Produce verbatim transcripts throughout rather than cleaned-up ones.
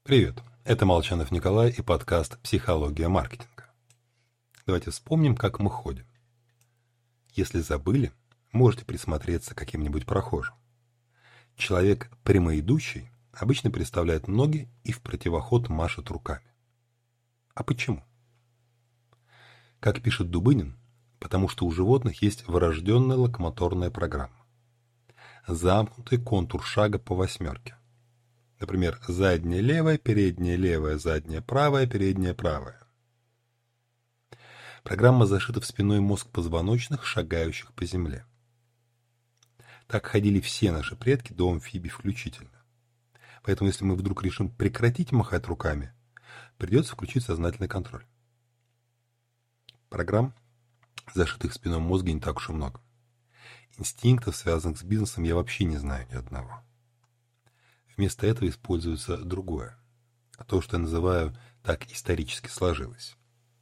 Привет, это Молчанов Николай и подкаст «Психология маркетинга». Давайте вспомним, как мы ходим. Если забыли, можете присмотреться к каким-нибудь прохожим. Человек прямоидущий обычно переставляет ноги и в противоход машет руками. А почему? Как пишет Дубынин, потому что у животных есть врожденная локомоторная программа. Замкнутый контур шага по восьмерке. Например, задняя левая, передняя левая, задняя правая, передняя правая. Программа зашита в спинной мозг позвоночных, шагающих по земле. Так ходили все наши предки до амфибий включительно. Поэтому если мы вдруг решим прекратить махать руками, придется включить сознательный контроль. Программ, зашитых в спинном мозге, не так уж и много. Инстинктов, связанных с бизнесом, я вообще не знаю ни одного. Вместо этого используется другое. То, что я называю «так исторически сложилось».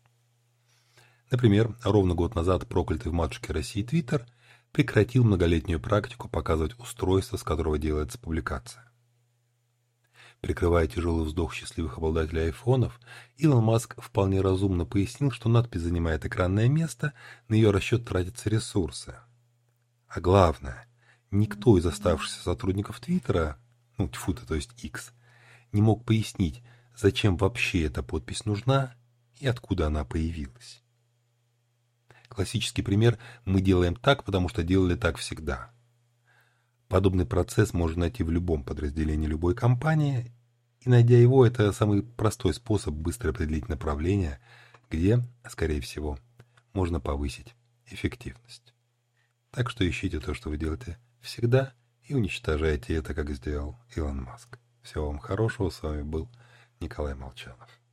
Например, ровно год назад проклятый в матушке России Твиттер прекратил многолетнюю практику показывать устройство, с которого делается публикация. Прикрывая тяжелый вздох счастливых обладателей айфонов, Илон Маск вполне разумно пояснил, что надпись занимает экранное место, на ее расчет тратятся ресурсы. А главное, никто из оставшихся сотрудников Твиттера, ну, тьфу-то, то есть X, не мог пояснить, зачем вообще эта подпись нужна и откуда она появилась. Классический пример: мы делаем так, потому что делали так всегда. Подобный процесс можно найти в любом подразделении любой компании, и, найдя его, это самый простой способ быстро определить направление, где, скорее всего, можно повысить эффективность. Так что ищите то, что вы делаете всегда, и уничтожайте это, как сделал Илон Маск. Всего вам хорошего, с вами был Николай Молчанов.